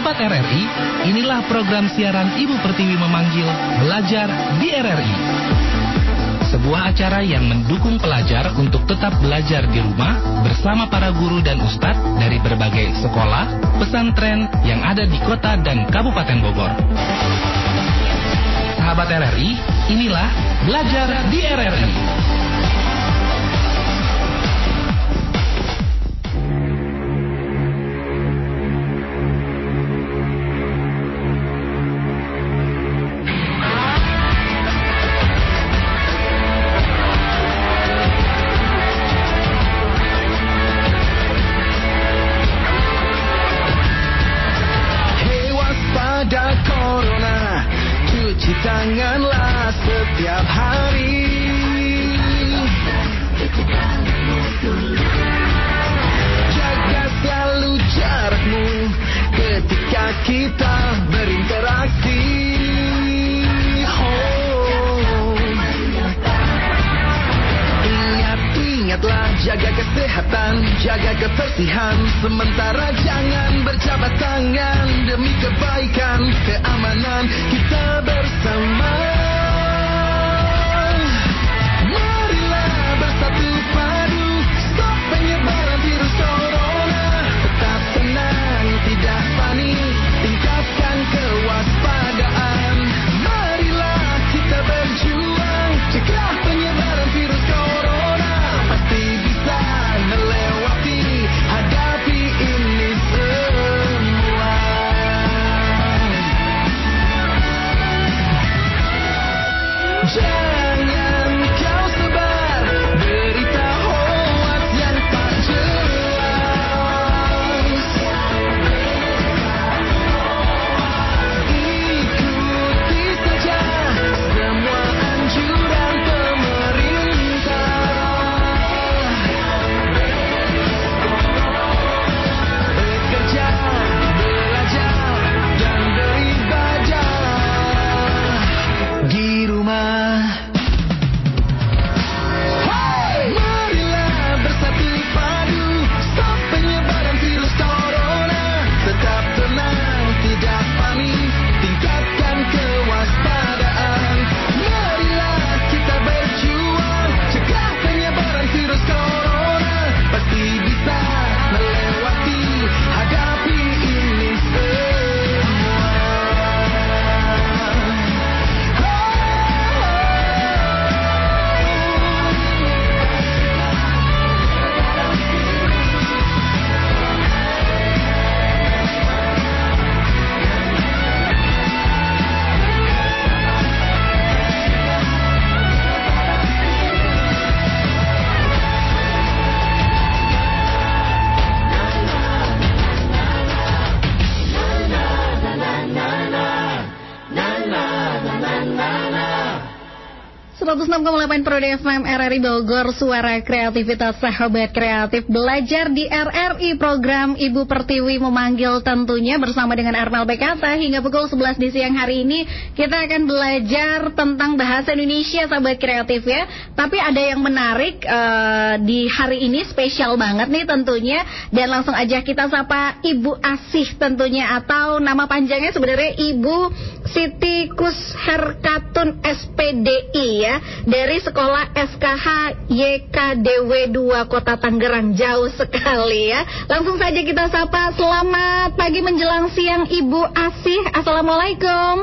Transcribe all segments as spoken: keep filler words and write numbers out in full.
Sahabat R R I, inilah program siaran Ibu Pertiwi memanggil Belajar di R R I. Sebuah acara yang mendukung pelajar untuk tetap belajar di rumah bersama para guru dan ustadz dari berbagai sekolah, pesantren yang ada di kota dan Kabupaten Bogor. Sahabat R R I, inilah Belajar di R R I. Tanganlah setiap hari, jaga selalu jarakmu ketika kita berinteraksi. Oh, ingat, ingatlah jaga kesehatan, jaga kebersihan. Sementara jangan berjabat tangan demi kebaikan, keamanan kita bersama. Marilah bersatu padu, stop penyebaran virus corona. Tetap tenang, tidak panik, tingkatkan kewaspadaan. Marilah kita berjuang, cegah penyebaran virus corona. Pasti bisa melewati, hadapi ini semua. Jangan kau sebar berita hoax yang tak jelas. Ikuti saja semua anjuran pemerintah. Bekerja, belajar, dan beribadah di rumah. Hey! Marilah bersatu padu, stop penyebaran virus corona. Tetap tenang, tidak panik, tingkatkan kewaspadaan. Marilah kita berjuang, cegah penyebaran virus corona. Pasti bisa melewati, hadapi ini semua. seratus enam koma delapan Pro D F M R R I Bogor, suara kreativitas sahabat kreatif. Belajar di R R I, program Ibu Pertiwi memanggil tentunya bersama dengan Arnal Bekata. Hingga pukul sebelas di siang hari ini kita akan belajar tentang bahasa Indonesia, sahabat kreatif ya. Tapi ada yang menarik uh, di hari ini, spesial banget nih tentunya. Dan langsung aja kita sapa Ibu Asih tentunya, atau nama panjangnya sebenarnya Ibu Siti Kusherkatun S P D I ya, dari sekolah S K H Y K D W dua Kota Tangerang. Jauh sekali ya. Langsung saja kita sapa. Selamat pagi menjelang siang Ibu Asih. Assalamualaikum.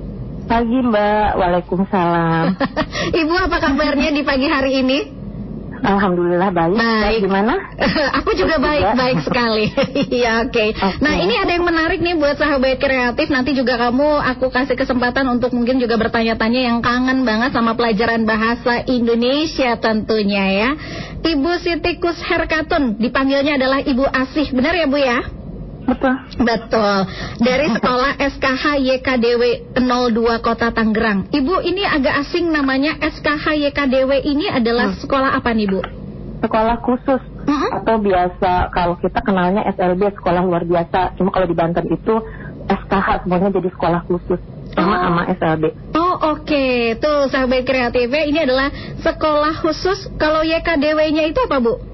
Pagi Mbak. Waalaikumsalam. Ibu, apa kabarnya di pagi hari ini? Alhamdulillah baik. Baik. Gimana? Aku juga baik-baik sekali. Iya, oke. Okay. Okay. Nah, ini ada yang menarik nih buat sahabat kreatif. Nanti juga kamu aku kasih kesempatan untuk mungkin juga bertanya-tanya yang kangen banget sama pelajaran bahasa Indonesia tentunya ya. Ibu Siti Kusherkatun, dipanggilnya adalah Ibu Asih. Benar ya, Bu ya? Betul. Betul. Dari sekolah S K H Y K D W nol dua Kota Tangerang. Ibu, ini agak asing namanya. S K H Y K D W ini adalah hmm. sekolah apa nih, Bu? Sekolah khusus. Uh-huh. Atau biasa kalau kita kenalnya S L B, sekolah luar biasa. Cuma kalau di Banten itu S K H semuanya jadi sekolah khusus. Sama oh. sama S L B. Oh oke, okay. Tuh sahabat kreatifnya, ini adalah sekolah khusus. Kalau Y K D W-nya itu apa, Bu?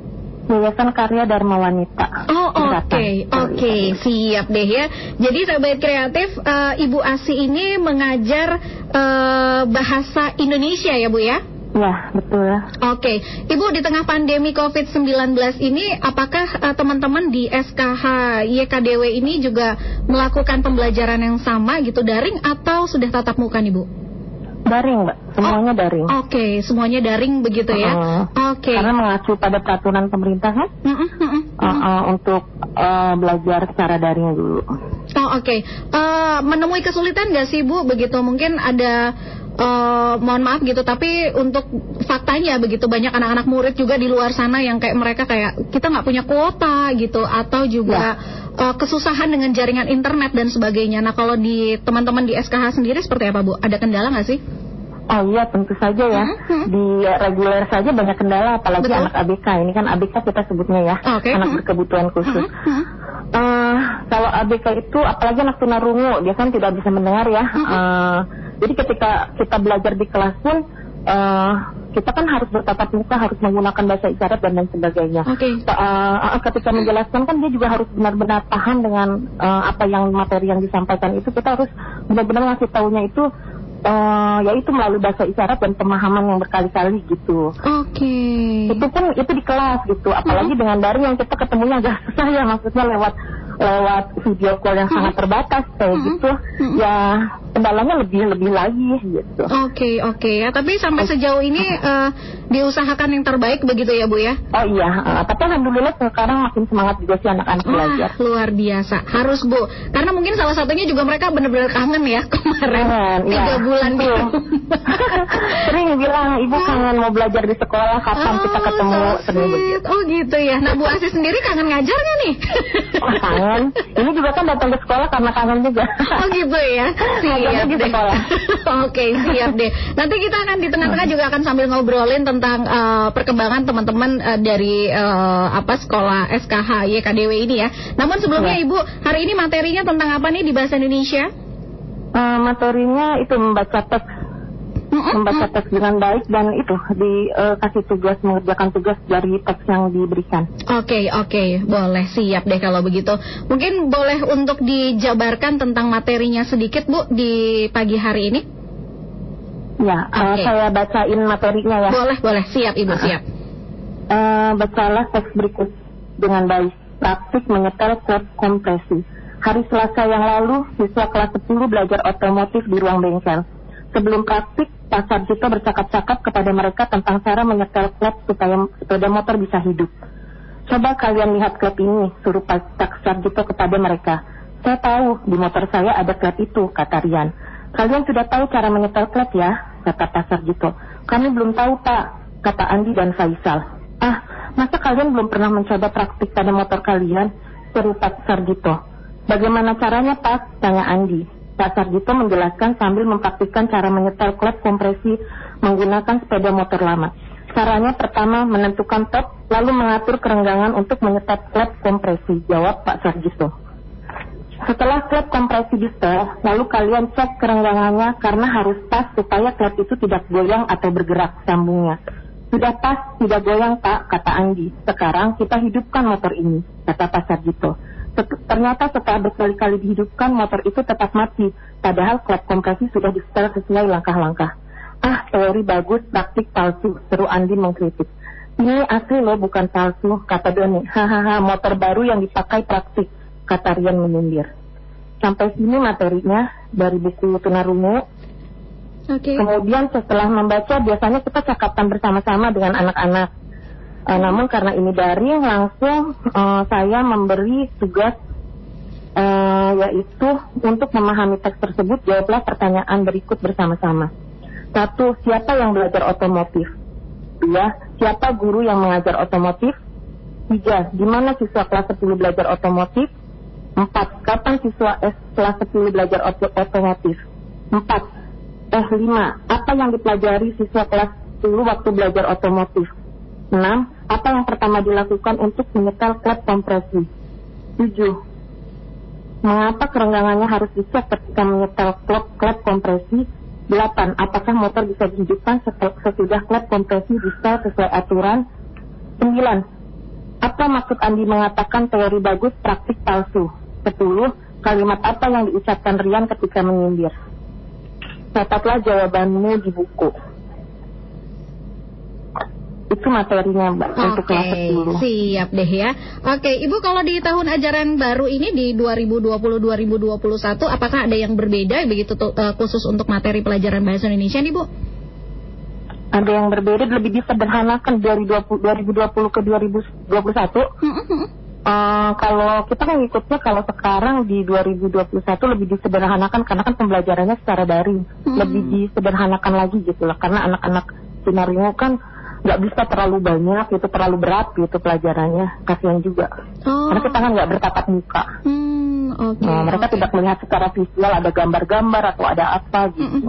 Yayasan Karya Dharma Wanita. Oh oke, okay. oke, okay. Siap deh ya. Jadi sahabat kreatif, uh, Ibu Asi ini mengajar uh, bahasa Indonesia ya Bu ya? Ya, betul. Oke, okay. Ibu, di tengah pandemi covid sembilan belas ini, apakah uh, teman-teman di S K H Y K D W ini juga melakukan pembelajaran yang sama gitu, daring atau sudah tatap muka nih Bu? Daring, Mbak. Semuanya oh, daring. Oke, okay. Semuanya daring begitu ya. Uh, Oke. Okay. Karena mengacu pada peraturan pemerintah kan, uh, uh, uh, uh. Uh, uh, untuk uh, belajar secara daring dulu. Oh oke. Okay. Uh, menemui kesulitan nggak sih Bu? Begitu mungkin ada. Uh, mohon maaf gitu, tapi untuk faktanya begitu banyak anak-anak murid juga di luar sana yang kayak mereka kayak kita nggak punya kuota gitu, atau juga ya. uh, kesusahan dengan jaringan internet dan sebagainya. Nah kalau di teman-teman di S K H sendiri seperti apa Bu? Ada kendala nggak sih? Oh iya, tentu saja ya. Uh-huh. Di reguler saja banyak kendala, apalagi Betul. Anak A B K. Ini kan A B K kita sebutnya ya, okay. Anak uh-huh. berkebutuhan khusus. Uh-huh. Uh, kalau A B K itu, apalagi anak tunarungu, dia kan tidak bisa mendengar ya. Uh-huh. Uh, jadi ketika kita belajar di kelas pun, uh, kita kan harus bertatap muka, harus menggunakan bahasa isyarat dan lain sebagainya. Okay. Uh, ketika menjelaskan kan dia juga harus benar-benar paham dengan uh, apa yang materi yang disampaikan itu. Kita harus benar-benar ngasih taunya itu. Uh, yaitu melalui bahasa isyarat dan pemahaman yang berkali-kali gitu. Oke. Okay. Itu pun itu di kelas gitu. Apalagi uh-huh. dengan daring yang kita ketemunya agak susah ya, maksudnya lewat lewat video call yang uh-huh. sangat terbatas kayak uh-huh. gitu. Uh-huh. Ya kendalanya lebih-lebih lagi gitu. Oke okay, oke okay. ya. Tapi sampai sejauh ini uh, diusahakan yang terbaik begitu ya Bu ya? Oh iya. Uh, tapi alhamdulillah sekarang makin semangat juga sih anak-anak belajar. Wah, luar biasa. Harus Bu. Karena mungkin salah satunya juga mereka benar-benar kangen ya kemarin. Kangen, tiga ya. bulan di sering bilang ibu kangen mau belajar di sekolah, kapan oh, kita ketemu, so sering begitu. Oh gitu ya. Nah Bu Asi sendiri kangen ngajar nggak nih? Oh, kangen. Ini juga kan datang ke sekolah karena kangen juga. Oh gitu ya. Siap di sekolah. Oke siap deh. Nanti kita akan di tengah-tengah juga akan sambil ngobrolin tentang uh, perkembangan teman-teman uh, dari uh, apa sekolah S K H Y K D W ini ya. Namun sebelumnya ya. Ibu, hari ini materinya tentang apa nih di bahasa Indonesia? Uh, materinya itu membaca teks, mm-hmm. membaca teks dengan baik dan itu dikasih uh, tugas mengerjakan tugas dari teks yang diberikan. Oke okay, oke okay. Boleh, siap deh kalau begitu. Mungkin boleh untuk dijabarkan tentang materinya sedikit Bu di pagi hari ini? Ya, okay. uh, saya bacain materinya ya. Boleh boleh, siap Ibu uh, siap. Uh, bacalah teks berikut dengan baik. Praktik menyetel klep kompresi. Hari Selasa yang lalu, siswa kelas sepuluh belajar otomotif di ruang bengkel. Sebelum praktik, Pak Sarjito bercakap-cakap kepada mereka tentang cara menyetel klep supaya sepeda motor bisa hidup. Coba kalian lihat klep ini, suruh Pak Sarjito kepada mereka. Saya tahu, di motor saya ada klep itu, kata Rian. Kalian sudah tahu cara menyetel klep ya, kata Pak Sarjito. Kami belum tahu Pak, kata Andi dan Faisal. Ah, masa kalian belum pernah mencoba praktik pada motor kalian, seru Pak Sarjito. Bagaimana caranya Pak? Tanya Andi. Pak Sarjito menjelaskan sambil mempraktikkan cara menyetel klep kompresi menggunakan sepeda motor lama. Caranya pertama menentukan top, lalu mengatur kerenggangan untuk menyetel klep kompresi, jawab Pak Sarjito. Setelah klep kompresi di-setel, lalu kalian cek kerenggangannya karena harus pas supaya klep itu tidak goyang atau bergerak sambungnya. Sudah pas, tidak goyang Pak, kata Andi. Sekarang kita hidupkan motor ini, kata Pak Sarjito. Ternyata setelah berkali-kali dihidupkan, motor itu tetap mati, padahal klep kompresi sudah di-setel sesuai langkah-langkah. Ah, teori bagus, praktik palsu, seru Andi mengkritik. Ini asli loh, bukan palsu, kata Doni. Hahaha, motor baru yang dipakai praktik, kata Rian menyindir. Sampai sini materinya dari buku Tunarungu. Okay. Kemudian setelah membaca, biasanya kita cakapkan bersama-sama dengan anak-anak. Uh, namun karena ini daring, langsung uh, saya memberi tugas uh, yaitu untuk memahami teks tersebut, jawablah pertanyaan berikut bersama-sama. Satu, siapa yang belajar otomotif? Dua, siapa guru yang mengajar otomotif? Tiga, di mana siswa kelas sepuluh belajar otomotif? Empat, kapan siswa S kelas sepuluh belajar ot- otomotif? Empat, eh lima, apa yang dipelajari siswa kelas sepuluh waktu belajar otomotif? Enam, apa yang pertama dilakukan untuk menyetel klep kompresi? Tujuh, mengapa kerenggangannya harus dicek ketika menyetel klep, klep kompresi? Delapan, apakah motor bisa dihidupkan sesudah klep kompresi di-setel sesuai aturan? Sembilan, Apa maksud Andi mengatakan teori bagus, praktik palsu? Sepuluh. Kalimat apa yang diucapkan Rian ketika menyindir? Catatlah jawabanmu di buku. Itu materinya Mbak untuk kelas sepuluh. Siap deh ya. Oke, Ibu kalau di tahun ajaran baru ini di dua ribu dua puluh dua ribu dua puluh satu apakah ada yang berbeda begitu uh, khusus untuk materi pelajaran bahasa Indonesia nih Bu? Ada yang berbeda, lebih disederhanakan dari dua ribu dua puluh ke dua ribu dua puluh satu. Mm-hmm. Uh, kalau kita kan ikutnya kalau sekarang di dua ribu dua puluh satu lebih disederhanakan karena kan pembelajarannya secara daring. Mm-hmm. Lebih disederhanakan lagi gitu lah, karena anak-anak Sinario kan nggak bisa terlalu banyak, itu terlalu berat gitu pelajarannya, kasihan juga. Oh. Karena kita kan nggak bertatap muka. Hmm, okay, nah, mereka okay. tidak melihat secara visual ada gambar-gambar atau ada apa gitu.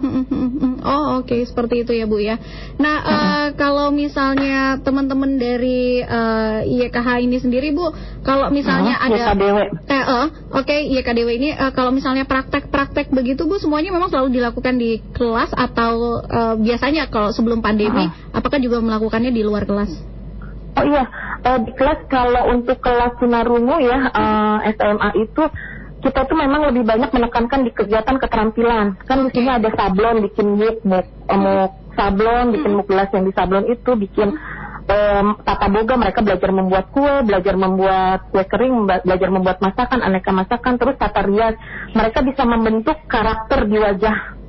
Oh oke, okay. Seperti itu ya Bu ya. Nah uh, uh, kalau misalnya teman-teman dari uh, I Y K H ini sendiri Bu, kalau misalnya uh, ada Y K D W. Eh, uh, oke okay, Y K D W ini uh, kalau misalnya praktek-praktek begitu Bu, semuanya memang selalu dilakukan di kelas atau uh, biasanya kalau sebelum pandemi, uh-huh. apakah juga melakukannya di luar kelas? Oh iya, uh, di kelas kalau untuk kelas tunarungu ya uh, S M A itu kita tuh memang lebih banyak menekankan di kegiatan keterampilan. Kan di sini ada sablon, bikin muk, muk, muk sablon, bikin muk gelas yang di sablon itu, bikin um, tata boga, mereka belajar membuat kue, belajar membuat kue kering, belajar membuat masakan, aneka masakan, terus tata rias. Mereka bisa membentuk karakter di wajah.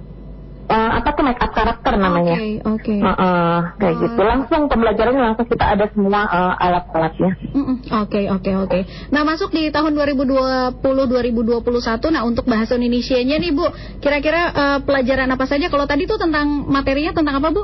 Uh, apa tuh make up karakter namanya? Oke, okay, oke. Okay. Uh, uh, kayak uh, gitu. Langsung pembelajarannya langsung kita ada semua uh, alat-alatnya. Oke, oke, oke. Nah, masuk di tahun dua ribu dua puluh dua ribu dua puluh satu, nah untuk bahasa Indonesianya nih Bu, kira-kira uh, pelajaran apa saja? Kalau tadi tuh tentang materinya tentang apa Bu?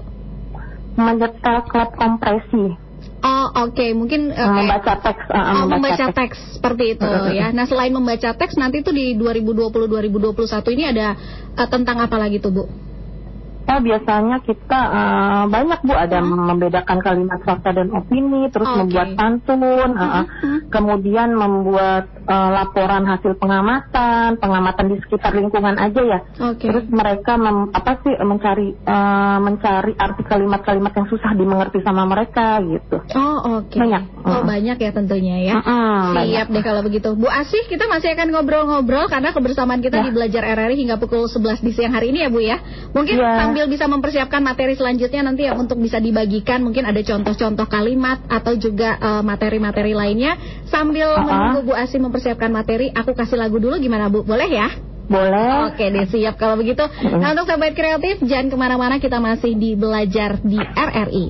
Menyetel klep kompresi. Oh oke, okay. Mungkin uh, membaca teks, uh, oh, membaca, membaca teks. teks seperti itu ya. Nah selain membaca teks, nanti tuh di dua ribu dua puluh dua ribu dua puluh satu ini ada uh, tentang apa lagi tuh Bu? Oh, biasanya kita uh, banyak Bu, ada hmm. membedakan kalimat fakta dan opini, terus okay. membuat pantun, uh, uh, hmm. kemudian membuat uh, laporan hasil pengamatan, pengamatan di sekitar lingkungan aja ya. Okay. Terus mereka mem, apa sih mencari uh, mencari arti kalimat-kalimat yang susah dimengerti sama mereka gitu. Oh oke. Okay. Banyak. Oh uh. banyak ya tentunya ya. Uh, uh, Siap banyak. Deh kalau begitu. Bu Asih, kita masih akan ngobrol-ngobrol karena kebersamaan kita ya. Di Belajar R R I hingga pukul sebelas di siang hari ini ya Bu ya. Mungkin ya. Sambil bisa mempersiapkan materi selanjutnya nanti ya untuk bisa dibagikan, mungkin ada contoh-contoh kalimat atau juga uh, materi-materi lainnya sambil uh-huh. menunggu Bu Asih mempersiapkan materi. Aku kasih lagu dulu, gimana Bu? Boleh ya? Boleh. Oke deh, siap kalau begitu. uh-huh. Nah untuk sahabat kreatif, jangan kemana-mana, kita masih di Belajar di R R I.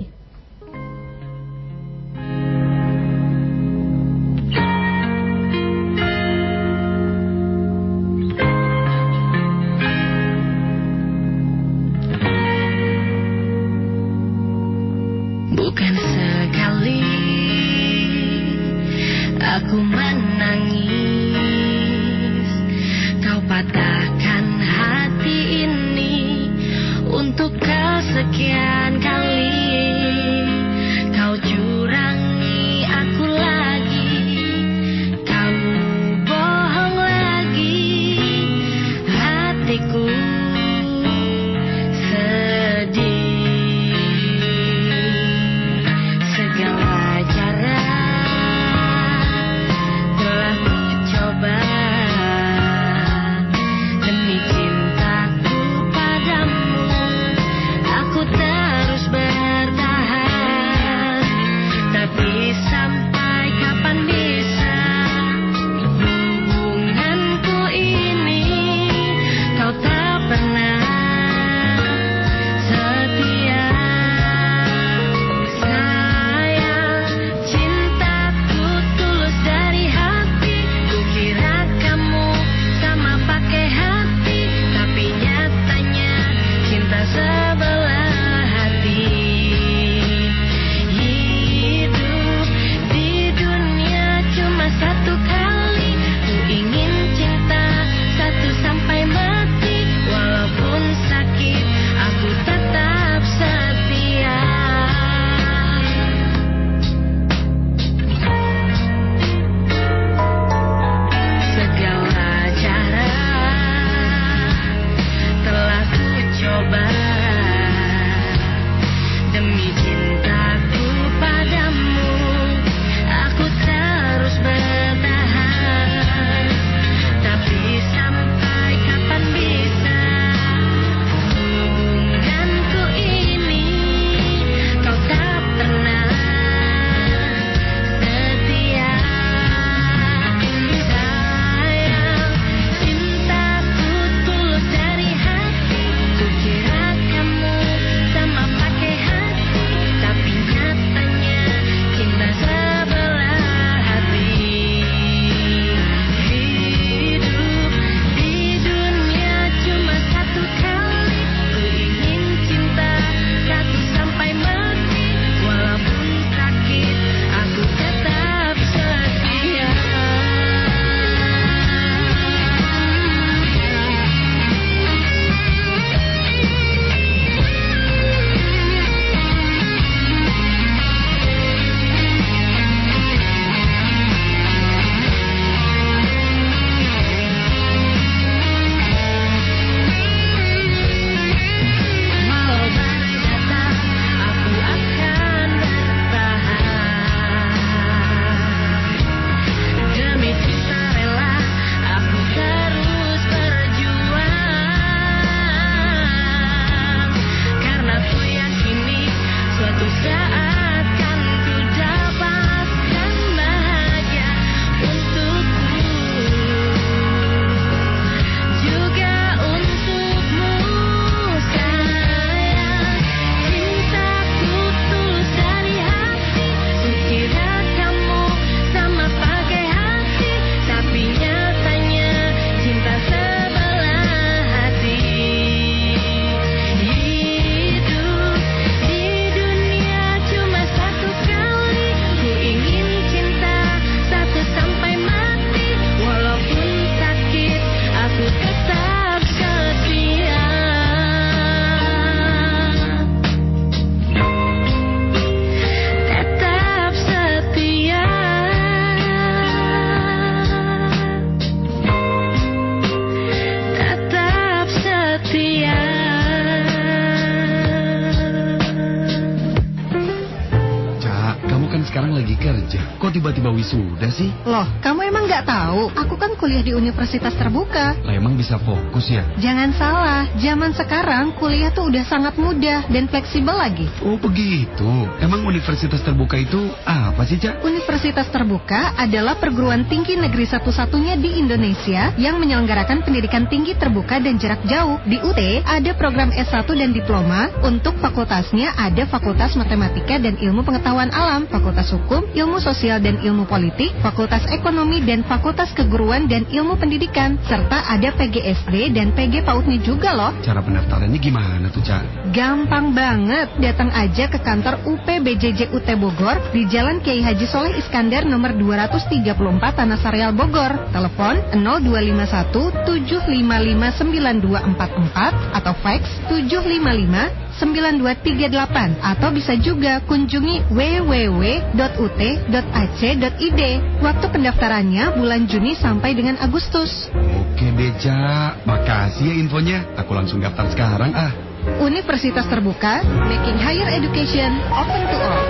Bukan sekali aku menangis, kau patahkan hati ini untuk kesekian kali. Kau curangi aku lagi, kau bohong lagi, hatiku tak tiba-tiba wisuda sih? Loh, kamu emang nggak tahu? Aku kan kuliah di universitas terbuka. Lah emang bisa fokus ya? Jangan salah, zaman sekarang kuliah tuh udah sangat mudah dan fleksibel lagi. Oh begitu. Emang universitas terbuka itu apa sih, Cak? Universitas terbuka adalah perguruan tinggi negeri satu-satunya di Indonesia yang menyelenggarakan pendidikan tinggi terbuka dan jarak jauh. Di U T ada program S satu dan diploma. Untuk fakultasnya ada Fakultas Matematika dan Ilmu Pengetahuan Alam, Fakultas Hukum, Ilmu Sosial dan Ilmu Politik, Fakultas Ekonomi dan Fakultas Keguruan dan Ilmu Pendidikan, serta ada P G S D dan P G PAUD-nya juga loh. Cara pendaftarannya gimana tuh, Cak? Gampang banget, datang aja ke kantor U P B J J U T Bogor di Jalan Kiai Haji Soleh Iskandar nomor dua ratus tiga puluh empat Tanah Sareal Bogor. Telepon nol dua lima satu tujuh lima lima sembilan dua empat empat atau fax tujuh lima lima sembilan dua tiga delapan, atau bisa juga kunjungi w w w titik u t titik a c titik i d. Waktu pendaftarannya bulan Juni sampai dengan Agustus. Oke deh, Cak. Makasih ya infonya. Aku langsung daftar sekarang ah. Universitas Terbuka, making higher education open to all.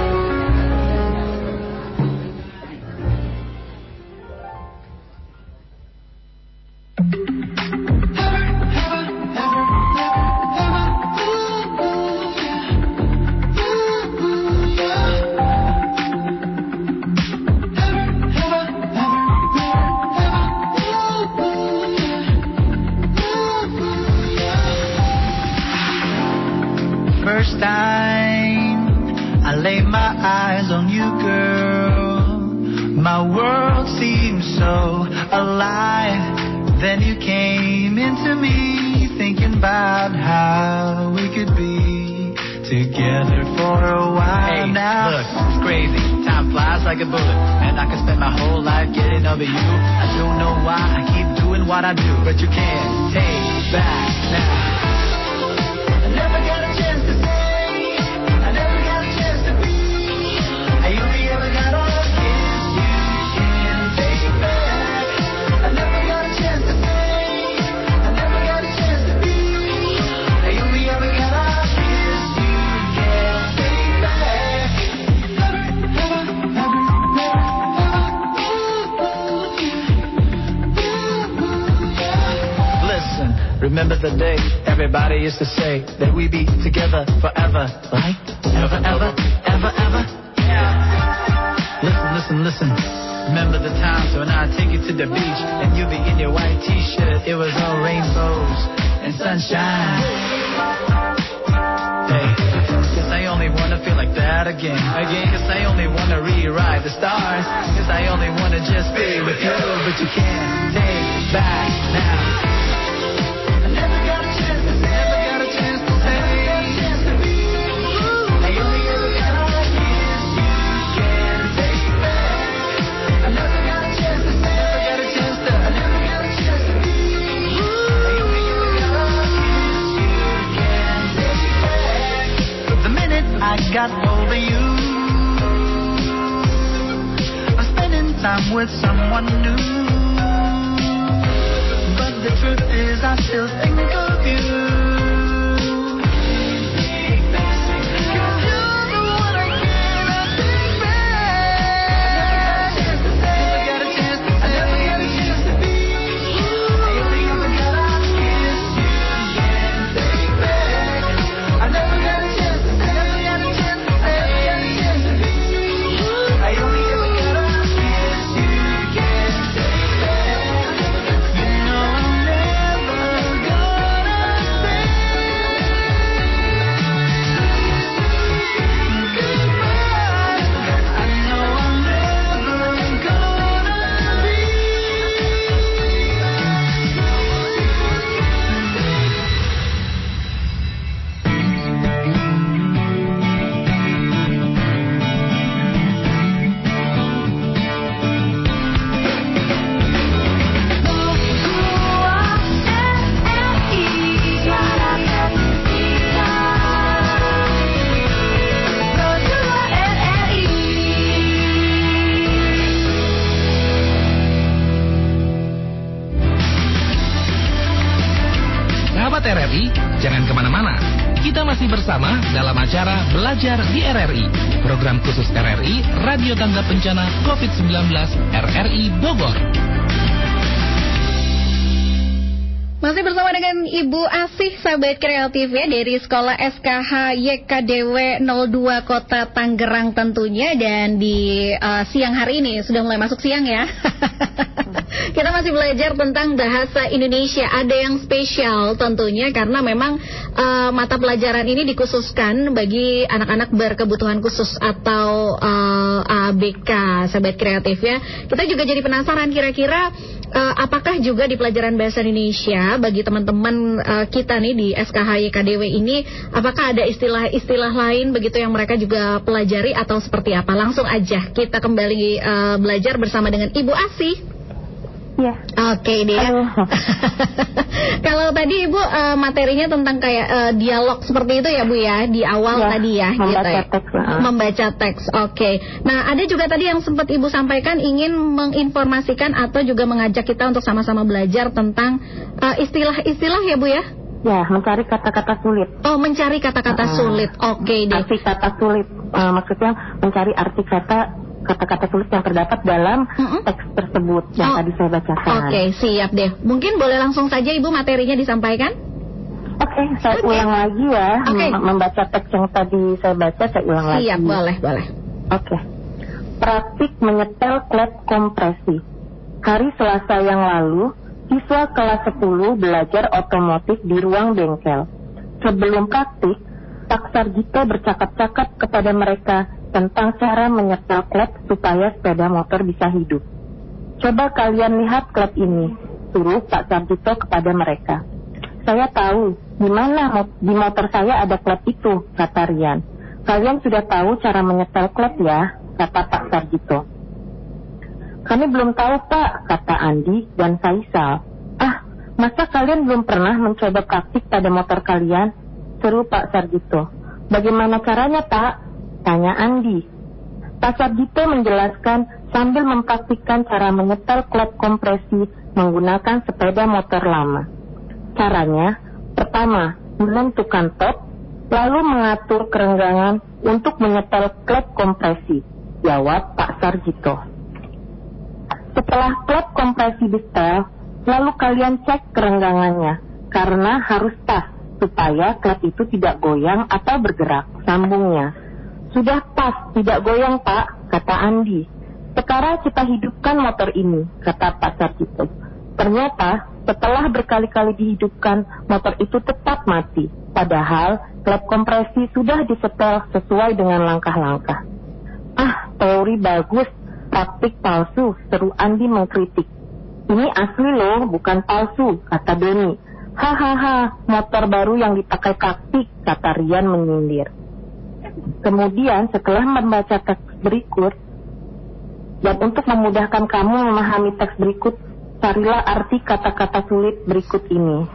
First time I laid my eyes on you, girl, my world seemed so alive. Then you came into me, thinking about how we could be together for a while. Hey, now look, it's crazy, time flies like a bullet, and I could spend my whole life getting over you. I don't know why I keep doing what I do, but you can't take back now. I never got a chance to say, I never got a chance to be, I only ever got a kiss you can't take back. I never got a chance to say, I never got a chance to be, I only ever got a kiss you can't take back. Never, never, never, never, listen, remember the day everybody used to say that we be together forever, like ever, ever, ever, ever. Yeah. Listen, listen, listen. Remember the times when I take you to the beach and you be in your white t-shirt. It was all rainbows and sunshine. Hey, guess I only wanna feel like that again. Again, guess I only wanna rewrite the stars. Guess I only wanna just be with you, but you can't take back now. I got over you, I'm spending time with someone new, but the truth is I still think of you. Jangan kemana-mana, Kita masih bersama dalam acara Belajar di R R I, program khusus R R I, Radio Tanggap Bencana covid sembilan belas R R I Bogor. Masih bersama dengan Ibu Asih, sahabat kreatif ya, dari Sekolah S K H Y K D W nol dua Kota Tangerang tentunya. Dan di uh, siang hari ini, sudah mulai masuk siang ya, kita masih belajar tentang bahasa Indonesia. Ada yang spesial tentunya karena memang uh, mata pelajaran ini dikhususkan bagi anak-anak berkebutuhan khusus atau uh, A B K, sahabat kreatif ya. Kita juga jadi penasaran kira-kira uh, apakah juga di pelajaran bahasa Indonesia bagi teman-teman uh, kita nih di S K H Y K D W ini, apakah ada istilah-istilah lain begitu yang mereka juga pelajari atau seperti apa? Langsung aja kita kembali uh, belajar bersama dengan Ibu Asih. Ya. Oke deh. Kalau tadi Ibu uh, materinya tentang kayak uh, dialog seperti itu ya Bu ya, di awal ya, tadi ya, membaca gitu ya. Teks, uh. Membaca teks. Oke. Okay. Nah, ada juga tadi yang sempat Ibu sampaikan ingin menginformasikan atau juga mengajak kita untuk sama-sama belajar tentang uh, istilah-istilah ya Bu ya. Ya, mencari kata-kata sulit. Oh, mencari kata-kata uh, sulit. Oke okay, deh. Arti kata sulit, uh, maksudnya mencari arti kata kata-kata tulis yang terdapat dalam mm-hmm. teks tersebut yang oh. tadi saya bacakan. Oke, okay, siap deh. Mungkin boleh langsung saja Ibu materinya disampaikan? Oke, okay, saya okay. ulang lagi ya. Okay. Membaca teks yang tadi saya baca, saya ulang siap, lagi. Siap, boleh, boleh. Oke. Okay. Praktik menyetel klep kompresi. Hari Selasa yang lalu, siswa kelas sepuluh belajar otomotif di ruang bengkel. Sebelum praktik, Pak Sarjito bercakap-cakap kepada mereka tentang cara menyetel klep supaya sepeda motor bisa hidup. Coba kalian lihat klep ini, suruh Pak Sarjito kepada mereka. Saya tahu, di mana di motor saya ada klep itu, kata Rian. Kalian sudah tahu cara menyetel klep ya, kata Pak Sarjito. Kami belum tahu Pak, kata Andi dan Faisal. Ah, masa kalian belum pernah mencoba praktik pada motor kalian? Seru Pak Sarjito. Bagaimana caranya Pak? Tanya Andi. Pak Sarjito menjelaskan sambil mempraktikkan cara menyetel klep kompresi menggunakan sepeda motor lama. Caranya, pertama, menentukan top, lalu mengatur kerenggangan untuk menyetel klep kompresi. Jawab Pak Sarjito. Setelah klep kompresi disetel, lalu kalian cek kerenggangannya, karena harus pas, supaya klep itu tidak goyang atau bergerak, sambungnya. Sudah pas, tidak goyang Pak, kata Andi. Sekarang kita hidupkan motor ini, kata Pak Sarjito. Ternyata setelah berkali-kali dihidupkan, motor itu tetap mati. Padahal klep kompresi sudah disetel sesuai dengan langkah-langkah. Ah, teori bagus, praktik palsu, seru Andi mengkritik. Ini asli loh, bukan palsu, kata Doni. Hahaha, motor baru yang dipakai praktik, kata Rian menyindir. Kemudian setelah membaca teks berikut, dan untuk memudahkan kamu memahami teks berikut, carilah arti kata-kata sulit berikut ini.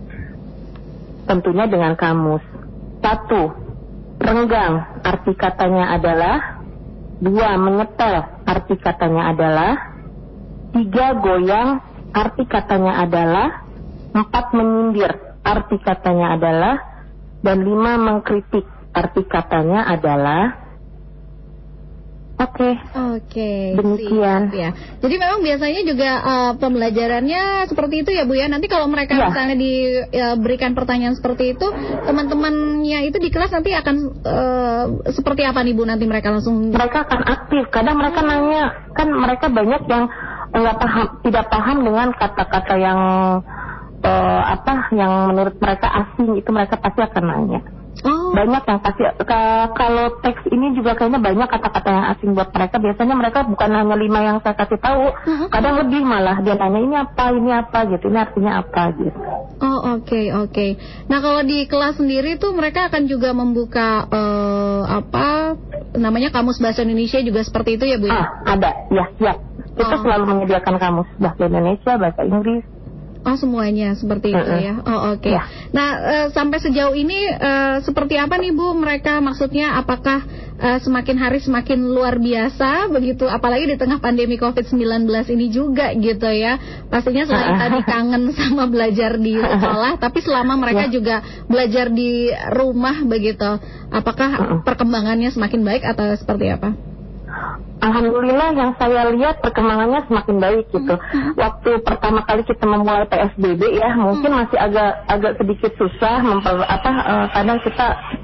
Tentunya dengan kamus. Satu, renggang, arti katanya adalah. Dua, menyetel, arti katanya adalah. Tiga, goyang, arti katanya adalah. Empat, menyindir, arti katanya adalah. Dan lima, mengkritik, arti katanya adalah. Oke, okay. Oke, okay, demikian. Ya. Jadi memang biasanya juga uh, pembelajarannya seperti itu ya Bu ya. Nanti kalau mereka ya. misalnya diberikan uh, pertanyaan seperti itu, teman-temannya itu di kelas nanti akan uh, seperti apa nih Bu? Nanti mereka langsung. Mereka akan aktif. Kadang mereka nanya, kan mereka banyak yang nggak paham, tidak paham dengan kata-kata yang uh, apa, yang menurut mereka asing, itu mereka pasti akan nanya. Oh. Banyak yang pasti k- kalau teks ini juga kayaknya banyak kata-kata yang asing buat mereka. Biasanya mereka bukan hanya lima yang saya kasih tahu, uh-huh. kadang lebih malah dia nanya ini apa, ini apa gitu, ini artinya apa gitu. Oh oke okay, oke. Okay. Nah kalau di kelas sendiri tuh mereka akan juga membuka uh, apa namanya kamus bahasa Indonesia juga seperti itu ya Bu ya? Ah ada, ya siap. Kita oh. selalu menyediakan kamus bahasa Indonesia, bahasa Inggris. Oh semuanya seperti itu Mm-mm. ya. Oh oke. Okay. Ya. Nah uh, sampai sejauh ini uh, seperti apa nih Bu mereka maksudnya apakah uh, semakin hari semakin luar biasa begitu apalagi di tengah pandemi covid sembilan belas ini juga gitu ya. Pastinya selain tadi kangen sama belajar di sekolah tapi selama mereka ya. juga belajar di rumah begitu. Apakah perkembangannya semakin baik atau seperti apa? Alhamdulillah yang saya lihat perkembangannya semakin baik gitu. Mm-hmm. Waktu pertama kali kita memulai P S B B ya, mungkin mm-hmm. masih agak agak sedikit susah memper apa uh, kadang kita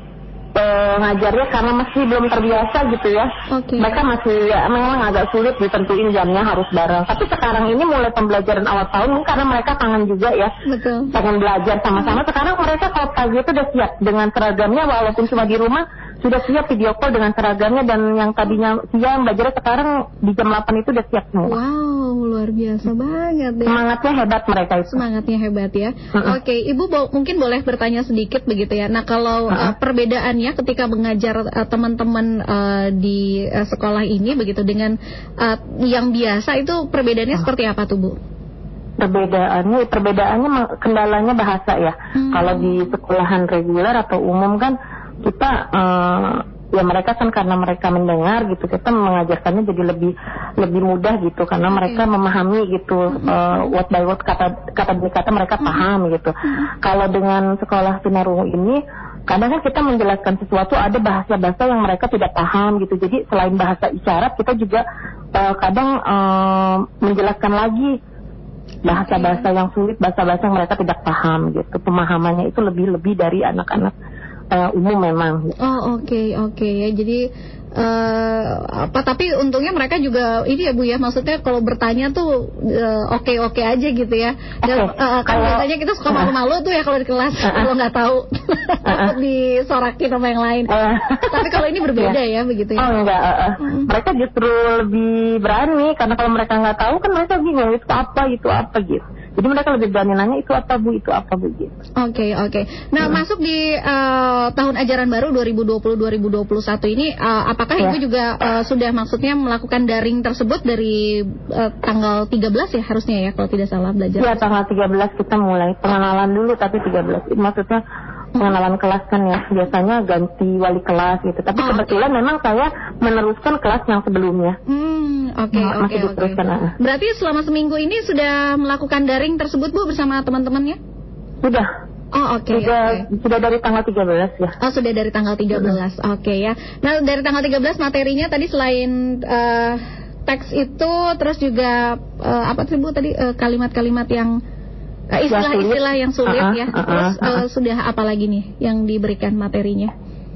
uh, ngajarnya karena masih belum terbiasa gitu ya. Okay. Mereka masih ya, memang agak sulit ditentuin jamnya harus bareng. Tapi sekarang ini mulai pembelajaran awal tahun karena mereka kangen juga ya. Betul. Pengen belajar sama-sama. Sekarang mereka kalau pagi itu udah siap dengan seragamnya walaupun cuma di rumah. Sudah siap video call dengan seragamnya dan yang tadinya siang belajar sekarang di jam delapan itu udah siap semua. Wow, luar biasa banget ya. Semangatnya hebat mereka itu. Semangatnya hebat ya. Uh-uh. Oke, Ibu bo- mungkin boleh bertanya sedikit begitu ya. Nah, kalau uh-uh. uh, perbedaannya ketika mengajar uh, teman-teman uh, di uh, sekolah ini begitu dengan uh, yang biasa itu perbedaannya uh. seperti apa tuh, Bu? Perbedaannya, perbedaannya kendalanya bahasa ya. Hmm. Kalau di sekolahan reguler atau umum kan kita uh, ya mereka kan karena mereka mendengar gitu kita mengajarkannya jadi lebih lebih mudah gitu karena okay. mereka memahami gitu uh, word by word kata kata demi kata mereka paham gitu. Kalau dengan sekolah tunarungu ini kadang kan kita menjelaskan sesuatu ada bahasa-bahasa yang mereka tidak paham gitu. Jadi selain bahasa isyarat kita juga uh, kadang uh, menjelaskan lagi bahasa-bahasa yang sulit, bahasa-bahasa yang mereka tidak paham gitu. Pemahamannya itu lebih-lebih dari anak-anak uh, umum memang. Oh oke okay, oke okay. ya jadi uh, apa tapi untungnya mereka juga ini ya Bu ya maksudnya kalau bertanya tuh uh, oke oke aja gitu ya. Dan okay. uh, kan kalau, biasanya kita suka malu-malu tuh ya kalau di kelas uh, kalau nggak tahu takut uh, disorakin sama yang lain. Uh, tapi kalau ini berbeda ya, ya begitu ya. Oh enggak, uh, uh. Hmm. Mereka justru lebih berani karena kalau mereka nggak tahu kan mereka bingung itu apa itu apa gitu. Jadi mereka lebih berani nanya itu apa Bu, itu apa Bu gitu. Oke, okay, oke. Okay. Nah, hmm. masuk di uh, tahun ajaran baru dua ribu dua puluh dua ribu dua puluh satu ini uh, apakah ya. Ibu juga uh, sudah maksudnya melakukan daring tersebut dari uh, tanggal tiga belas ya harusnya ya kalau tidak salah belajar? Iya, tanggal tiga belas kita mulai pengenalan dulu tapi tiga belas maksudnya pengenalan kelas kan ya. Biasanya ganti wali kelas gitu. Tapi oh, kebetulan okay. memang saya meneruskan kelas yang sebelumnya. Hmm, oke okay, oke okay, oke. Okay. Berarti selama seminggu ini sudah melakukan daring tersebut Bu bersama teman-temannya? Sudah. Oh oke. Okay, sudah okay. sudah dari tanggal tiga belas ya. Oh sudah dari tanggal tiga belas. Oke okay, ya. Nah dari tanggal tiga belas materinya tadi selain uh, teks itu terus juga uh, apa sih Bu tadi uh, kalimat-kalimat yang uh, istilah-istilah yang sulit uh-uh, ya. Terus uh-uh, uh-uh. Uh, sudah apa lagi nih yang diberikan materinya?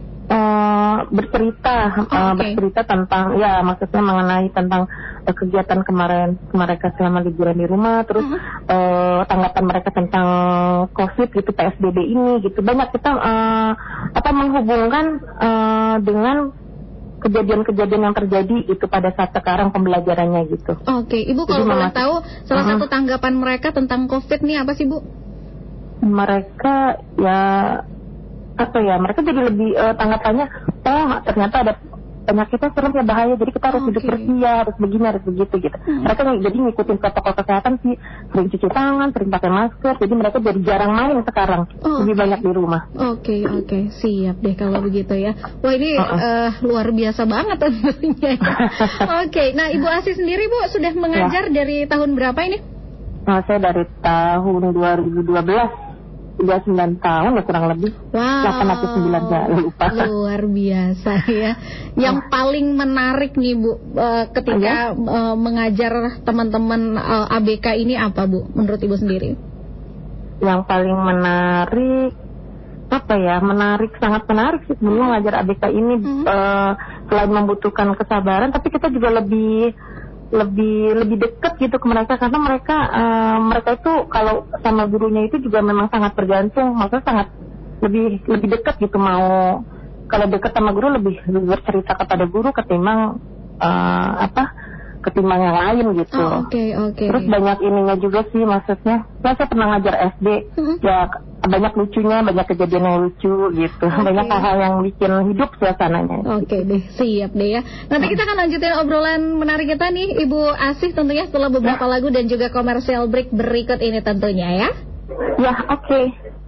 Uh, bercerita, oh, uh, okay. bercerita tentang, ya maksudnya mengenai tentang uh, kegiatan kemarin mereka selama liburan di rumah, terus uh-huh. uh, tanggapan mereka tentang COVID gitu, P S B B ini gitu. Banyak kita uh, apa menghubungkan uh, dengan kejadian-kejadian yang terjadi itu pada saat sekarang pembelajarannya gitu. Oke, okay. Ibu kalau boleh tahu salah uh-huh. satu tanggapan mereka tentang COVID nih apa sih Bu? Mereka ya apa ya mereka jadi lebih uh, tanggapannya oh ternyata ada penyakitnya serem ya bahaya jadi kita harus okay. hidup bersih ya harus begini harus begitu gitu hmm. mereka jadi ngikutin protokol kesehatan sih sering cuci tangan sering pakai masker jadi mereka jadi jarang main sekarang oh, lebih okay. banyak di rumah. Oke okay, oke okay. Siap deh kalau begitu ya. Wah ini uh-uh. uh, luar biasa banget tentunya. Oke okay. Nah Ibu Asih sendiri Bu sudah mengajar ya. Dari tahun berapa ini? Nah, saya dari tahun dua ribu dua belas. Udah sembilan tahun ya kurang lebih. Wow. delapan atau sembilan ya lupa. Luar biasa ya. Yang oh. paling menarik nih Bu uh, ketika oh, ya? uh, mengajar teman-teman uh, A B K ini apa Bu menurut Ibu sendiri? Yang paling menarik apa ya? Menarik sangat menarik sih sebenarnya mengajar A B K ini hmm. uh, selain membutuhkan kesabaran tapi kita juga lebih lebih lebih dekat gitu ke mereka karena mereka uh, mereka itu kalau sama gurunya itu juga memang sangat bergantung maksudnya sangat lebih lebih dekat gitu mau kalau dekat sama guru lebih, lebih bercerita kepada guru ketimbang uh, apa ketimbang yang lain gitu. Oh, oke okay, oke. Okay. Terus banyak ininya juga sih maksudnya saya, saya pernah ngajar S D mm-hmm. ya banyak lucunya, banyak kejadian yang lucu gitu, okay. Banyak hal-hal yang bikin hidup suasananya. Oke okay, deh, siap deh ya. Nanti kita akan lanjutin obrolan menarik kita nih, Ibu Asih tentunya setelah beberapa ya. lagu dan juga komersial break berikut ini tentunya ya. Ya, oke. Okay.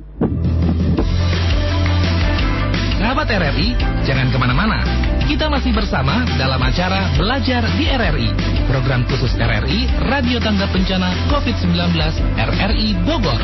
Sahabat R R I, jangan kemana-mana. Kita masih bersama dalam acara Belajar di R R I, program khusus R R I, Radio Tanggap Bencana covid sembilan belas R R I Bogor.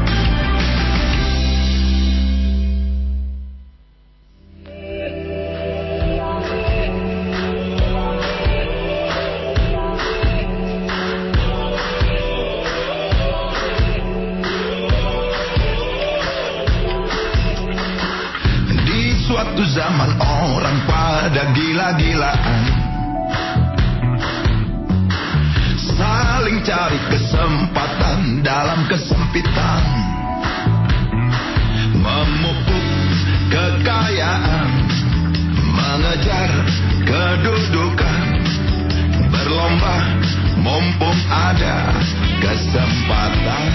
Suatu zaman orang pada gila-gilaan, saling cari kesempatan dalam kesempitan, memupuk kekayaan, mengejar kedudukan, berlomba mumpung ada kesempatan,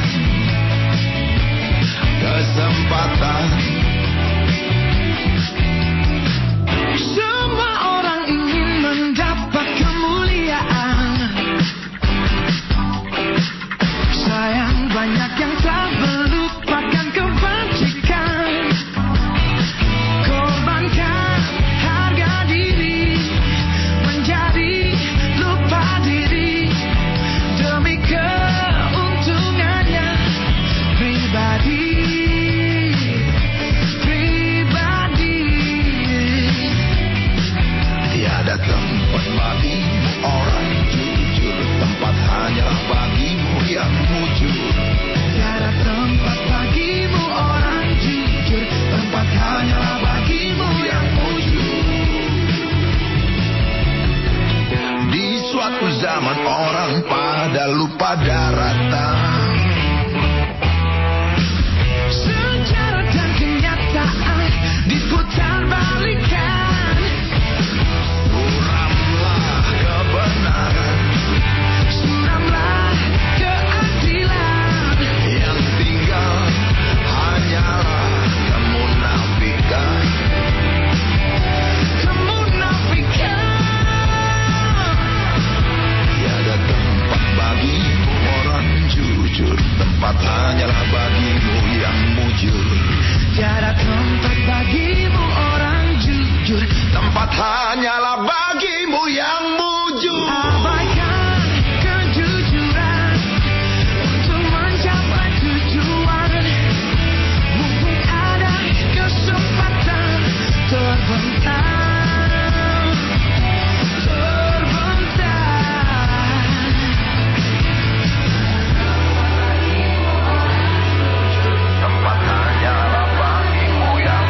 kesempatan. Semua orang ingin mendapat kemuliaan. Sayang banyak yang tak melupakan kebajikan. Korbankan harga diri, menjadi lupa diri demi keuntungannya pribadi. Tiada tempat bagimu orang jujur, tempat hanya bagimu yang mujur. Tiada tempat bagimu orang jujur, tempat hanya bagimu yang mujur. Di suatu zaman orang pada lupa daratan, sejarah dan kenyataan diputar balikan. Kebenaran, suramlah keadilan, yang tinggal hanyalah kemunafikan, kemunafikan. Tiada tempat bagimu orang jujur, tempat hanyalah bagimu yang mujur. Tiada tempat bagimu orang jujur, tempat hanyalah bagimu yang mujur. Abaikan kejujuran untuk mencapai tujuan, mumpung ada kesempatan terbentang, terbentang. Tempat hanyalah bagimu yang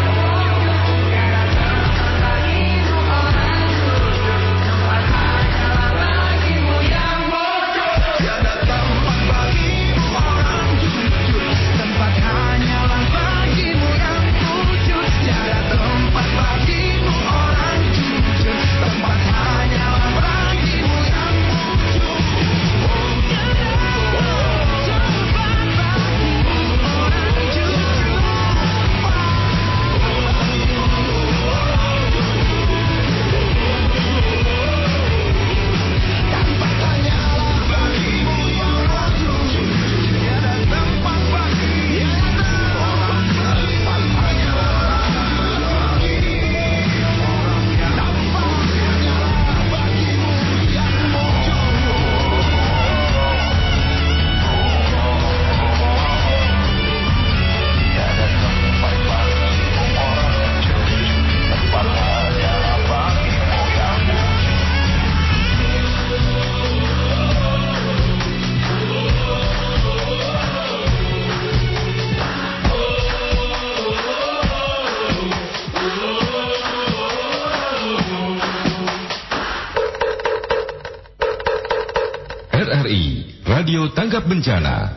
Radio Tanggap Bencana.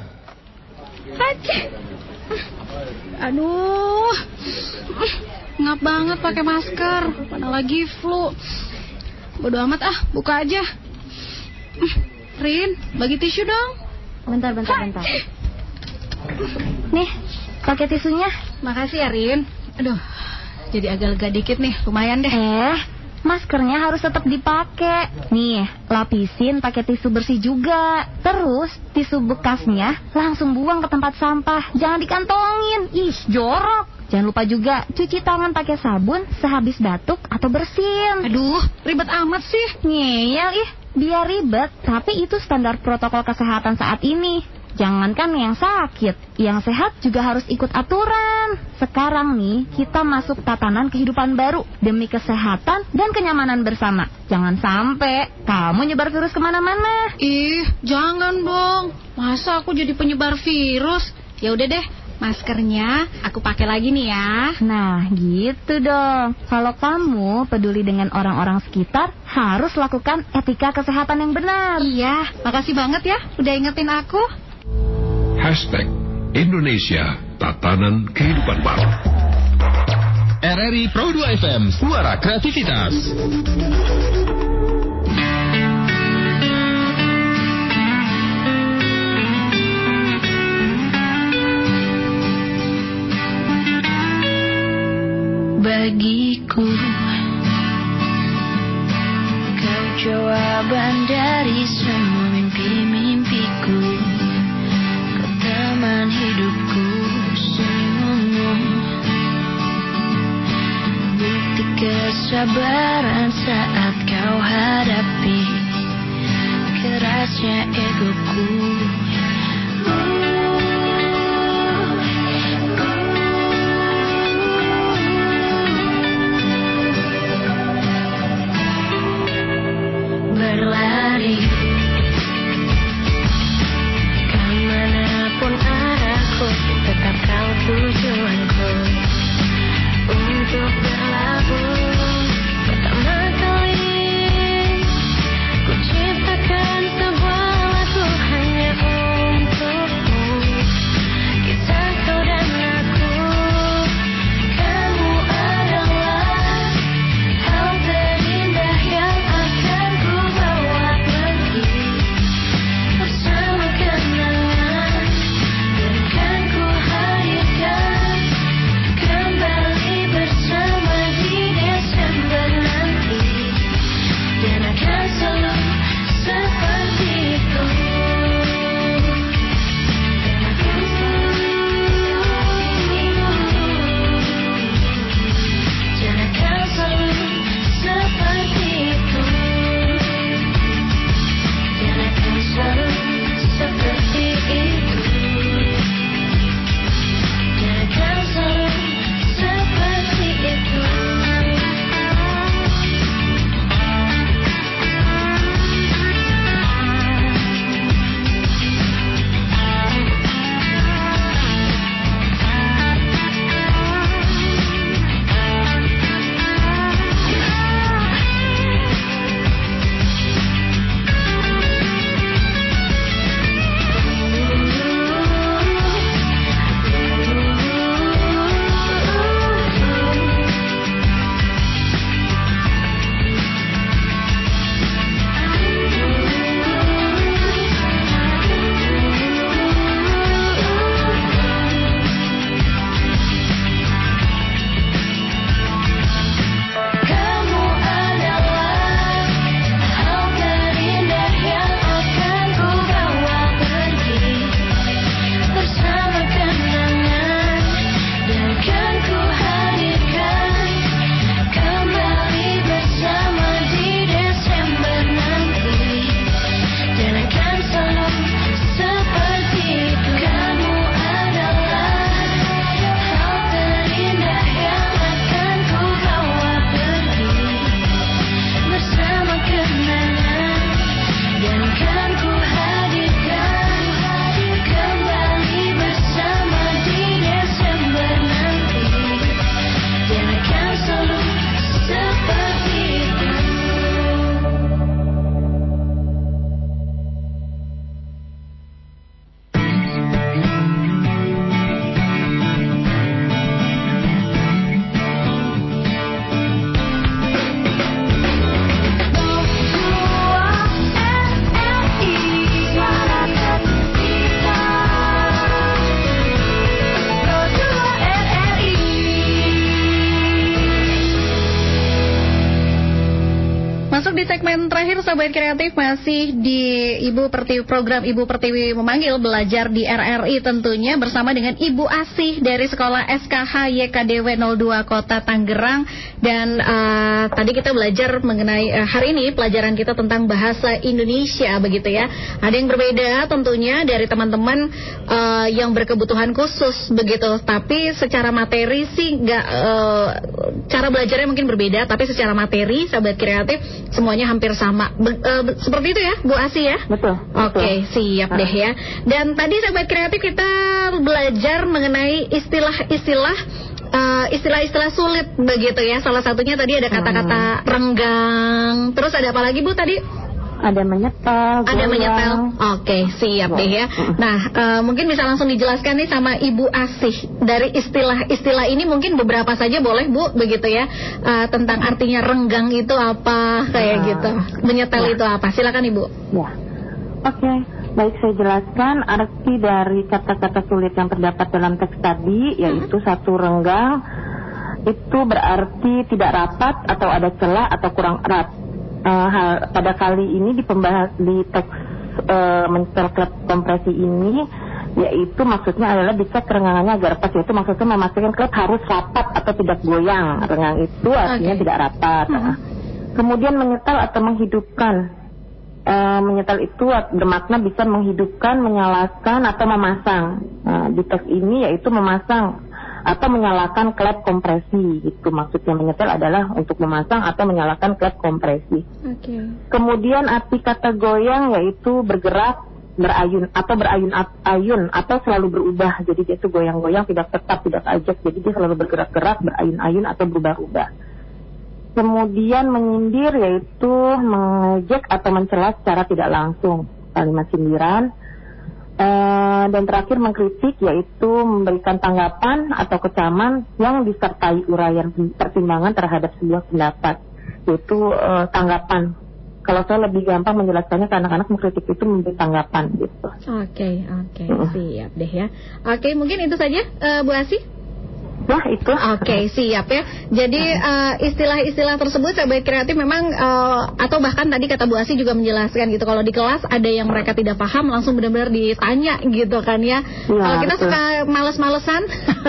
Aduh, ngap banget pakai masker, mana lagi flu. Bodo amat ah, buka aja. Rin, bagi tisu dong. Bentar, bentar, bentar. Nih, pakai tisunya. Makasih ya, Rin. Aduh, jadi agak lega dikit nih, lumayan deh. Eh, maskernya harus tetap dipakai. Nih, lapisin pakai tisu bersih juga. Terus, tisu bekasnya langsung buang ke tempat sampah. Jangan dikantongin. Ih, jorok. Jangan lupa juga cuci tangan pakai sabun sehabis batuk atau bersin. Aduh, ribet amat sih. Ngeyel ih, biar ribet, tapi itu standar protokol kesehatan saat ini. Jangankan yang sakit, yang sehat juga harus ikut aturan. Sekarang nih, kita masuk tatanan kehidupan baru demi kesehatan dan kenyamanan bersama. Jangan sampai kamu nyebar virus kemana-mana. Ih, jangan dong. Masa aku jadi penyebar virus? Ya udah deh, maskernya aku pakai lagi nih ya. Nah, gitu dong. Kalau kamu peduli dengan orang-orang sekitar, harus lakukan etika kesehatan yang benar. Iya, makasih banget ya udah ingetin aku. Hashtag Indonesia Tatanan Kehidupan Baru. R R I Pro dua F M, Suara Kreativitas. Bagiku, kau jawaban dari semua mimpi-mimpiku. Kau teman hidupku, senyummu bukti kesabaran saat kau hadapi kerasnya egoku. Berlari kemanapun arahku, tetap kau tujuanku untuk berlabuh. Pertama kali ku ciptakan sebuah lagu segmen terakhir Sobat Kreatif, masih di Ibu Pertiwi, program Ibu Pertiwi Memanggil Belajar di R R I tentunya, bersama dengan Ibu Asih dari Sekolah S K H Y K D W nol dua Kota Tangerang. Dan uh, tadi kita belajar mengenai uh, hari ini pelajaran kita tentang bahasa Indonesia begitu ya. Ada yang berbeda tentunya dari teman-teman uh, yang berkebutuhan khusus begitu. Tapi secara materi sih nggak, uh, cara belajarnya mungkin berbeda, tapi secara materi Sobat Kreatif semuanya hampir sama. Be, uh, seperti itu ya Bu Asih ya? Betul. Oke, okay, siap deh ya. Dan tadi Sobat Kreatif kita belajar mengenai istilah-istilah uh, istilah-istilah sulit begitu ya. Salah satunya tadi ada kata-kata renggang. Terus ada apa lagi Bu tadi? Ada menyetel. Ada menyetel. Oke, okay, siap deh ya. Nah, uh, mungkin bisa langsung dijelaskan nih sama Ibu Asih dari istilah-istilah ini, mungkin beberapa saja boleh Bu, begitu ya, uh, tentang artinya renggang itu apa kayak nah, gitu. Menyetel ya. Itu apa? Silakan Ibu. Ya. Oke, okay. Baik, saya jelaskan arti dari kata-kata sulit yang terdapat dalam teks tadi, yaitu hmm. satu, renggang itu berarti tidak rapat atau ada celah atau kurang erat. Uh, hal, pada kali ini di pembahas di teks uh, menyetel klep kompresi ini, yaitu maksudnya adalah bisa kerenggangannya agar pas, yaitu maksudnya memastikan klep harus rapat atau tidak goyang. Renggang itu artinya okay. tidak rapat. Uh-huh. Kemudian menyetel atau menghidupkan. Uh, menyetel itu bermakna bisa menghidupkan, menyalakan atau memasang. Uh, di teks ini yaitu memasang atau menyalakan klep kompresi, gitu. Maksudnya menyetel adalah untuk memasang atau menyalakan klep kompresi. Okay. Kemudian arti kata goyang yaitu bergerak, berayun atau berayun-ayun atau selalu berubah. Jadi dia itu goyang-goyang, tidak tetap, tidak ajak. Jadi dia selalu bergerak-gerak, berayun-ayun atau berubah-ubah. Kemudian menyindir yaitu mengejek atau mencela secara tidak langsung, kalimat sindiran. Uh, dan terakhir mengkritik yaitu memberikan tanggapan atau kecaman yang disertai uraian pertimbangan terhadap sebuah pendapat, yaitu uh, tanggapan. Kalau saya lebih gampang menjelaskannya ke anak-anak, mengkritik itu memberi tanggapan gitu. Oke, okay, oke, okay. uh. siap deh ya. Oke, okay, mungkin itu saja uh, Bu Asih. Wah itu. Oke, okay, siap ya. Jadi uh, istilah-istilah tersebut Sobat Kreatif memang uh, atau bahkan tadi kata Bu Asih juga menjelaskan gitu, kalau di kelas ada yang mereka tidak paham langsung benar-benar ditanya gitu kan ya. Ya kalau kita betul. Suka males-malesan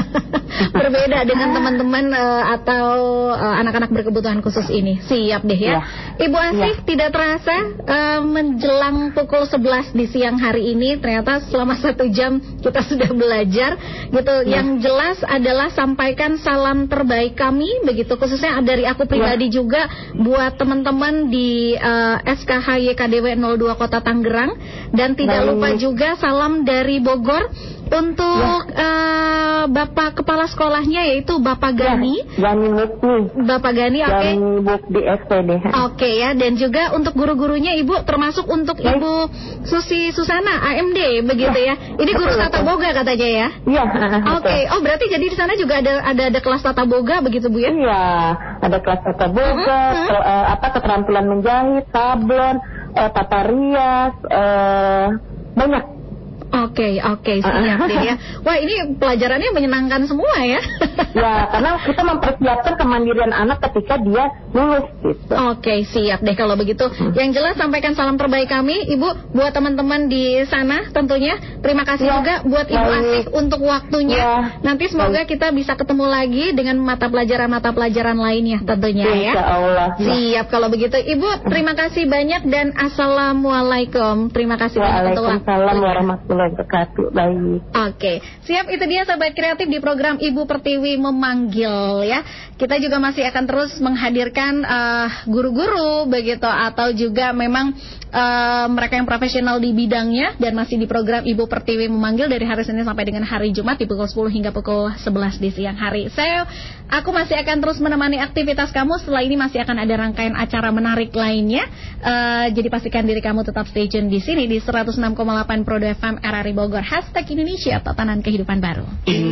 berbeda dengan teman-teman uh, atau uh, anak-anak berkebutuhan khusus ini. Siap deh ya. Ya. Ibu Asih ya. Tidak terasa uh, menjelang pukul sebelas di siang hari ini ternyata selama satu jam kita sudah belajar gitu. Ya. Yang jelas adalah sampaikan salam terbaik kami begitu, khususnya dari aku pribadi ya. Juga buat teman-teman di uh, S K H Y K D W nol dua Kota Tangerang, dan tidak Baik. Lupa juga salam dari Bogor untuk ya. uh, Bapak Kepala Sekolahnya yaitu Bapak Gani. Ya, Gani Mukti. Bapak Gani, oke. Okay. Gani Mukti S P D. Oke okay, ya, dan juga untuk guru-gurunya Ibu, termasuk untuk Baik. Ibu Susi Susana A M D begitu ya. ya. Ini guru tata boga katanya ya. Iya. Oke, okay. Oh berarti jadi di sana juga ada ada ada kelas tata boga begitu Bu ya? Iya, ada kelas tata boga, uh-huh. ter, uh, apa keterampilan menjahit, sablon, uh, tata rias, uh, banyak. Oke, okay, oke, okay, siap deh ya. Wah, ini pelajarannya menyenangkan semua ya. Ya, karena kita mempersiapkan kemandirian anak ketika dia lulus gitu. Oke, okay, siap deh kalau begitu. Hmm. Yang jelas sampaikan salam terbaik kami, Ibu, buat teman-teman di sana tentunya. Terima kasih ya, juga buat Ibu baik. Asih untuk waktunya. Ya, nanti semoga baik. Kita bisa ketemu lagi dengan mata pelajaran-mata pelajaran lainnya tentunya ya. Insya Allah. Siap kalau begitu. Ibu, terima kasih banyak dan assalamualaikum. Terima kasih banyak untuk waktu. Waalaikumsalam warahmatullahi wabarakatuh. Baik. Oke, siap, itu dia Sobat Kreatif di program Ibu Pertiwi Memanggil ya. Kita juga masih akan terus menghadirkan uh, guru-guru begitu, atau juga memang uh, mereka yang profesional di bidangnya, dan masih di program Ibu Pertiwi Memanggil dari hari Senin sampai dengan hari Jumat di pukul sepuluh hingga pukul sebelas di siang hari. Saya aku masih akan terus menemani aktivitas kamu. Setelah ini masih akan ada rangkaian acara menarik lainnya. Uh, jadi pastikan diri kamu tetap stay tune di sini di seratus enam koma delapan Pro F M R R I Bogor. Hashtag Indonesia, tatanan kehidupan baru.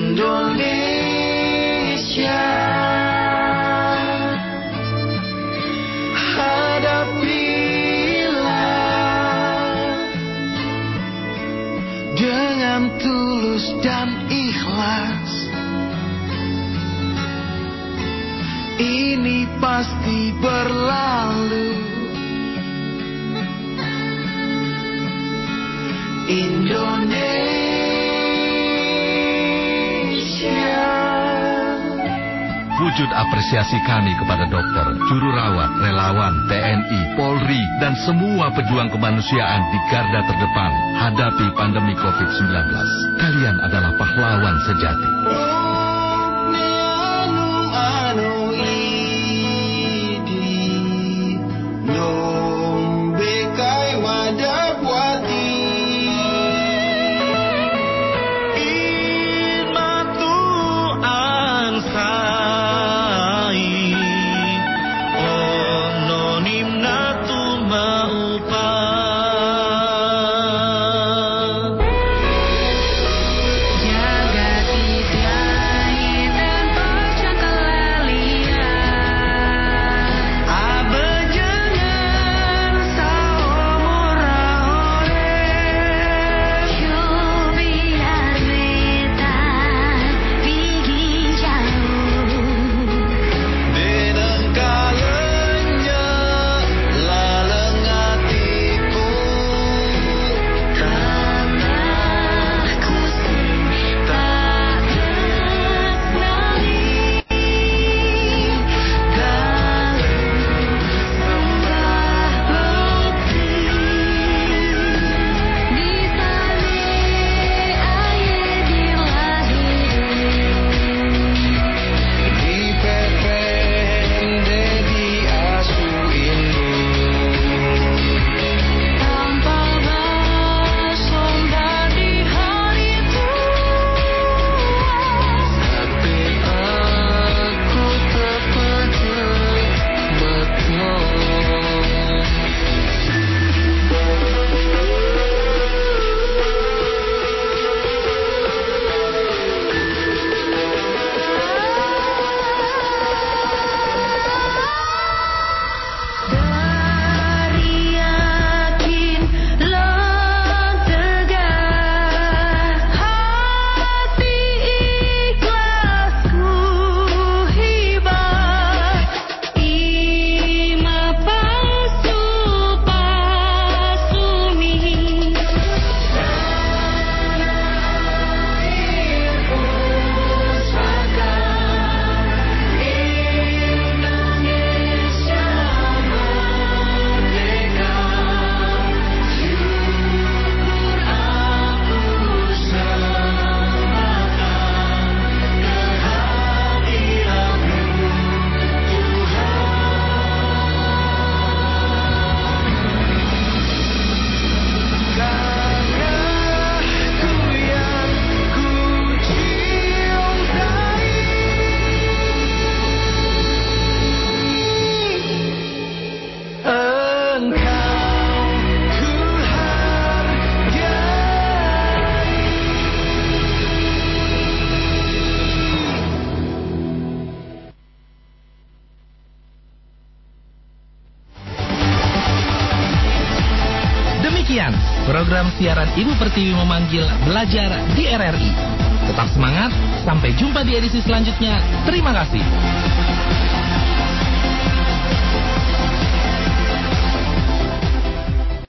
Indonesia, hadapilah dengan tulus dan ikhlas. Ini pasti berlalu. Wujud apresiasi kami kepada dokter, juru rawat, relawan, T N I, Polri, dan semua pejuang kemanusiaan di garda terdepan hadapi pandemi covid sembilan belas. Kalian adalah pahlawan sejati. Demikian program siaran Ibu Pertiwi memanggil belajar di R R I. Tetap semangat, sampai jumpa di edisi selanjutnya. Terima kasih.